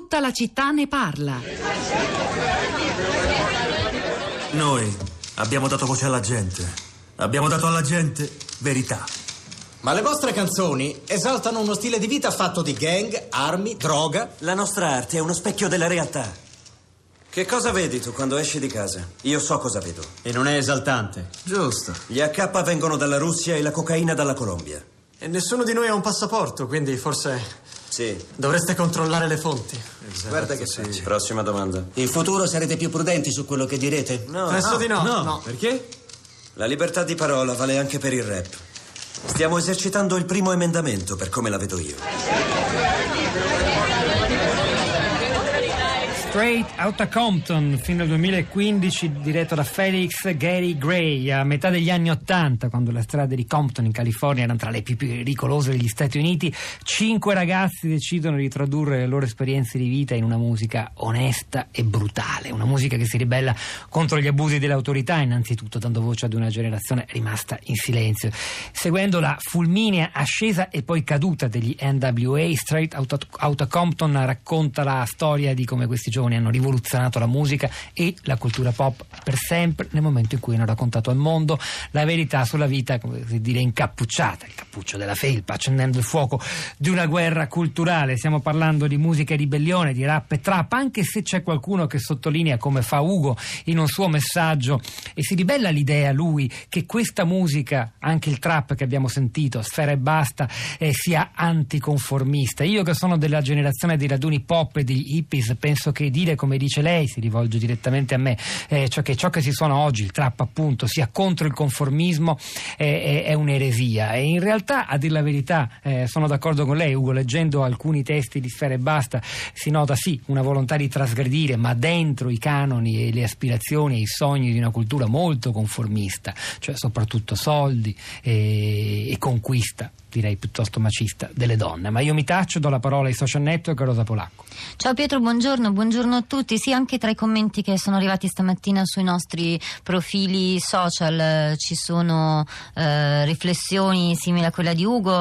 Tutta la città ne parla. Noi abbiamo dato voce alla gente. Abbiamo dato alla gente verità. Ma le vostre canzoni esaltano uno stile di vita fatto di gang, armi, droga. La nostra arte è uno specchio della realtà. Che cosa vedi tu quando esci di casa? Io so cosa vedo. E non è esaltante. Giusto. Gli AK vengono dalla Russia e la cocaina dalla Colombia. E nessuno di noi ha un passaporto, quindi forse Sì. dovreste controllare le fonti. Esatto, Guarda che sì. Prossima domanda. In futuro sarete più prudenti su quello che direte? No. Penso di no. No, perché? La libertà di parola vale anche per il rap. Stiamo esercitando il primo emendamento, per come la vedo io. Straight Outta Compton, fino al 2015, diretto da Felix Gary Gray. A metà degli anni '80, quando le strade di Compton in California erano tra le più pericolose degli Stati Uniti, 5 ragazzi decidono di tradurre le loro esperienze di vita in una musica onesta e brutale, una musica che si ribella contro gli abusi delle autorità, innanzitutto dando voce ad una generazione rimasta in silenzio. Seguendo la fulminea ascesa e poi caduta degli NWA, Straight Outta Compton racconta la storia di come questi giovani hanno rivoluzionato la musica e la cultura pop per sempre, nel momento in cui hanno raccontato al mondo la verità sulla vita, come si dire, incappucciata, il cappuccio della felpa, accendendo il fuoco di una guerra culturale. Stiamo parlando di musica e ribellione, di rap e trap, anche se c'è qualcuno che sottolinea, come fa Ugo in un suo messaggio, e si ribella l'idea, lui, che questa musica, anche il trap che abbiamo sentito, Sfera e Basta, sia anticonformista. Io, che sono della generazione dei raduni pop e degli hippies, penso che dire, come dice lei, si rivolge direttamente a me, cioè che ciò che si suona oggi, il trap appunto, sia contro il conformismo, è un'eresia. E in realtà, a dir la verità, sono d'accordo con lei, Ugo, leggendo alcuni testi di Sfera e Basta si nota sì una volontà di trasgredire, ma dentro i canoni e le aspirazioni e i sogni di una cultura molto conformista, cioè soprattutto soldi e conquista, direi piuttosto macista, delle donne. Ma io mi taccio, do la parola ai social network a Rosa Polacco. Ciao Pietro, buongiorno a tutti. Sì, anche tra i commenti che sono arrivati stamattina sui nostri profili social ci sono riflessioni simili a quella di Ugo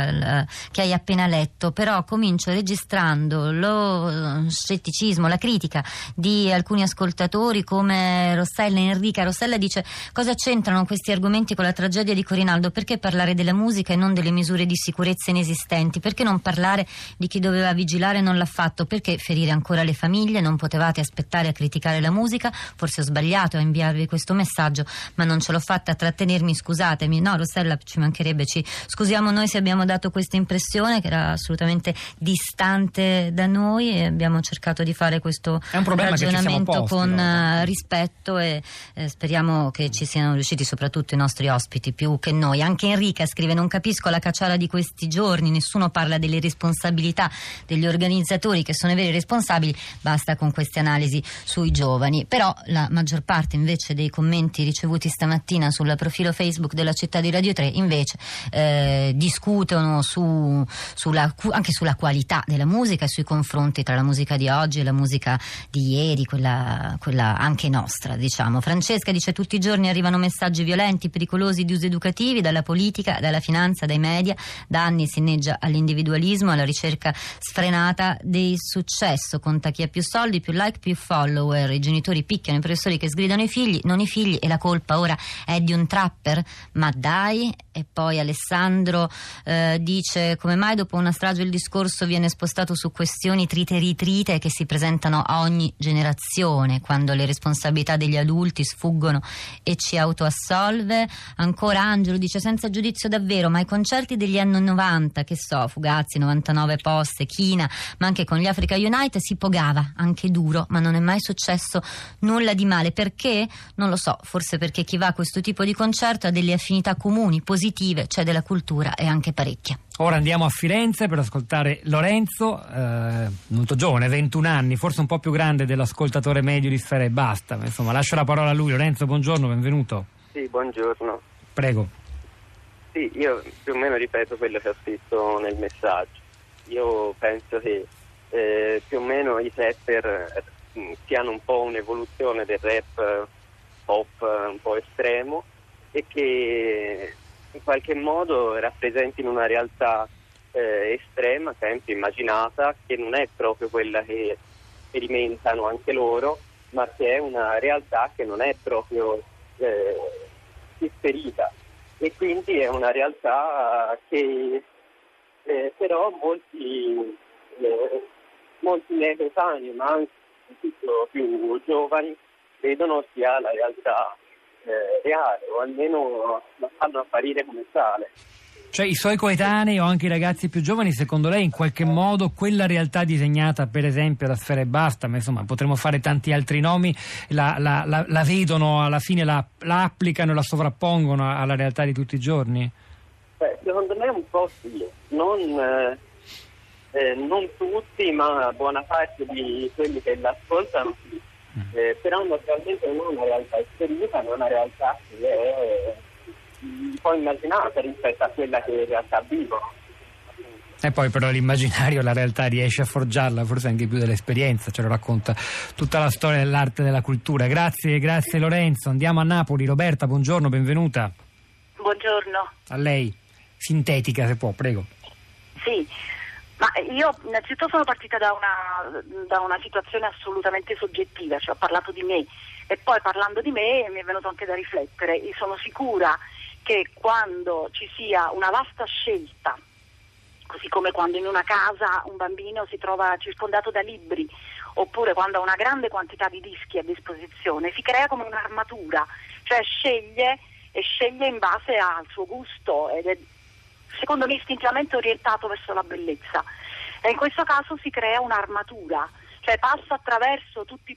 che hai appena letto, però comincio registrando lo scetticismo, la critica di alcuni ascoltatori come Rossella Enrica. Rossella dice: cosa c'entrano questi argomenti con la tragedia di Corinaldo? Perché parlare della musica e non delle misure di sicurezza inesistenti? Perché non parlare di chi doveva vigilare e non l'ha fatto? Perché ferire ancora le famiglie? Non potevate aspettare a criticare la musica? Forse ho sbagliato a inviarvi questo messaggio, ma non ce l'ho fatta a trattenermi, scusatemi. No, Rossella, ci mancherebbe, ci scusiamo noi se abbiamo dato questa impressione che era assolutamente distante da noi, e abbiamo cercato di fare questo ragionamento con rispetto, e speriamo che ci siano riusciti soprattutto i nostri ospiti più che noi. Anche Enrica scrive: non capisco la cacciara di questi giorni, nessuno parla delle responsabilità degli organizzatori, che sono i veri responsabili, basta con queste analisi sui giovani. Però la maggior parte invece dei commenti ricevuti stamattina sul profilo Facebook della Città di Radio 3 invece discutono anche sulla qualità della musica e sui confronti tra la musica di oggi e la musica di ieri, quella anche nostra, diciamo. Francesca dice: tutti i giorni arrivano messaggi violenti, pericolosi, diseducativi dalla politica, dalla finanza, dai media. Da anni si inneggia all'individualismo, alla ricerca sfrenata del successo, conta chi ha più soldi, più like, più follower. I genitori picchiano i professori che sgridano i figli, non i figli, e la colpa ora è di un trapper? Ma dai. E poi Alessandro dice: come mai dopo una strage il discorso viene spostato su questioni trite e ritrite che si presentano a ogni generazione, quando le responsabilità degli adulti sfuggono e ci autoassolve? Ancora Angelo dice: senza giudizio davvero, ma i concerti degli anni 90, che so, Fugazzi, 99 Posse, China, ma anche con gli Africa Unite si pogava anche duro, ma non è mai successo nulla di male. Perché? Non lo so, forse perché chi va a questo tipo di concerto ha delle affinità comuni, positive, cioè della cultura, e anche parecchia. Ora andiamo a Firenze per ascoltare Lorenzo, molto giovane, 21 anni, forse un po' più grande dell'ascoltatore medio di Sfera e Basta, ma insomma lascio la parola a lui. Lorenzo, buongiorno, benvenuto. Sì, buongiorno. Prego. Sì, io più o meno ripeto quello che ho scritto nel messaggio. Io penso che più o meno i rapper siano un po' un'evoluzione del rap pop un po' estremo, e che in qualche modo rappresentino una realtà estrema, sempre immaginata, che non è proprio quella che sperimentano anche loro, ma che è una realtà che non è proprio differita, e quindi è una realtà che però molti miei coetanei, ma anche più giovani, vedono sia la realtà reale, o almeno la fanno apparire come tale. Cioè i suoi coetanei o anche i ragazzi più giovani, secondo lei in qualche modo quella realtà disegnata per esempio da Sfera Ebbasta, ma insomma potremmo fare tanti altri nomi, la vedono, alla fine la applicano e la sovrappongono alla realtà di tutti i giorni? Secondo me un po' sì, non tutti, ma buona parte di quelli che l'ascoltano sì. Però naturalmente non è una realtà esperita, non è una realtà che è un po' immaginata rispetto a quella che in realtà vivono. E poi però l'immaginario, la realtà riesce a forgiarla forse anche più dell'esperienza, ce lo racconta tutta la storia dell'arte e della cultura. Grazie Lorenzo. Andiamo a Napoli. Roberta, buongiorno, benvenuta. Buongiorno. A lei, sintetica se può, prego. Sì, ma io innanzitutto sono partita da una situazione assolutamente soggettiva, cioè ho parlato di me, e poi parlando di me mi è venuto anche da riflettere. Io sono sicura che quando ci sia una vasta scelta, così come quando in una casa un bambino si trova circondato da libri, oppure quando ha una grande quantità di dischi a disposizione, si crea come un'armatura, cioè sceglie in base al suo gusto ed è secondo me istintivamente orientato verso la bellezza, e in questo caso si crea un'armatura, cioè passa attraverso tutte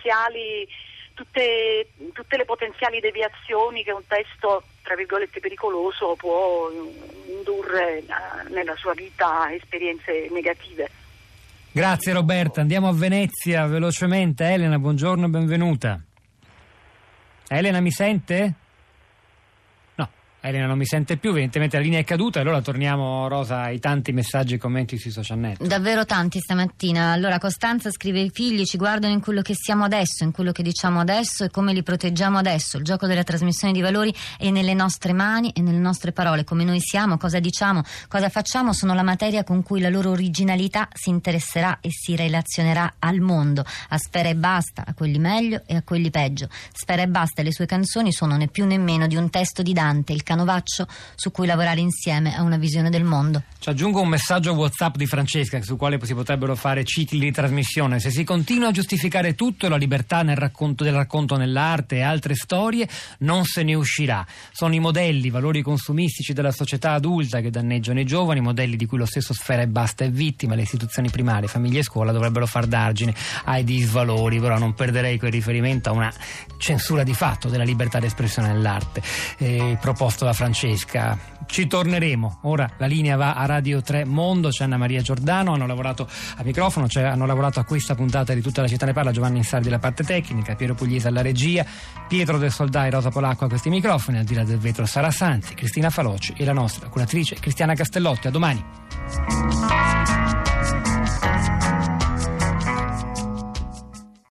le potenziali deviazioni che un testo tra virgolette pericoloso può indurre nella sua vita a esperienze negative. Grazie Roberta, andiamo a Venezia velocemente. Elena, buongiorno, benvenuta. Elena, mi sente? Elena non mi sente più, evidentemente la linea è caduta, e allora torniamo, Rosa, ai tanti messaggi e commenti sui social network. Davvero tanti stamattina. Allora Costanza scrive: i figli ci guardano in quello che siamo adesso, in quello che diciamo adesso e come li proteggiamo adesso. Il gioco della trasmissione di valori è nelle nostre mani e nelle nostre parole. Come noi siamo, cosa diciamo, cosa facciamo sono la materia con cui la loro originalità si interesserà e si relazionerà al mondo, a Sfera Ebbasta, a quelli meglio e a quelli peggio. Sfera Ebbasta e le sue canzoni sono né più né meno di un testo di Dante, il canovaccio su cui lavorare insieme a una visione del mondo. Ci aggiungo un messaggio WhatsApp di Francesca su quale si potrebbero fare cicli di trasmissione. Se si continua a giustificare tutto, la libertà del racconto nell'arte e altre storie, non se ne uscirà. Sono i modelli, i valori consumistici della società adulta che danneggiano i giovani, modelli di cui lo stesso Sfera Ebbasta è vittima. Le istituzioni primarie, famiglie e scuola dovrebbero far d'argine ai disvalori, però non perderei quel riferimento a una censura di fatto della libertà d'espressione nell'arte proposto da Francesca. Ci torneremo. Ora la linea va a Radio 3 Mondo, c'è Anna Maria Giordano, hanno lavorato a microfono, hanno lavorato a questa puntata di Tutta la città ne parla, Giovanni Insardi alla parte tecnica, Piero Pugliese alla regia, Pietro del Soldà e Rosa Polacco a questi microfoni, al di là del vetro Sara Santi, Cristina Faloci e la nostra curatrice Cristiana Castellotti. A domani.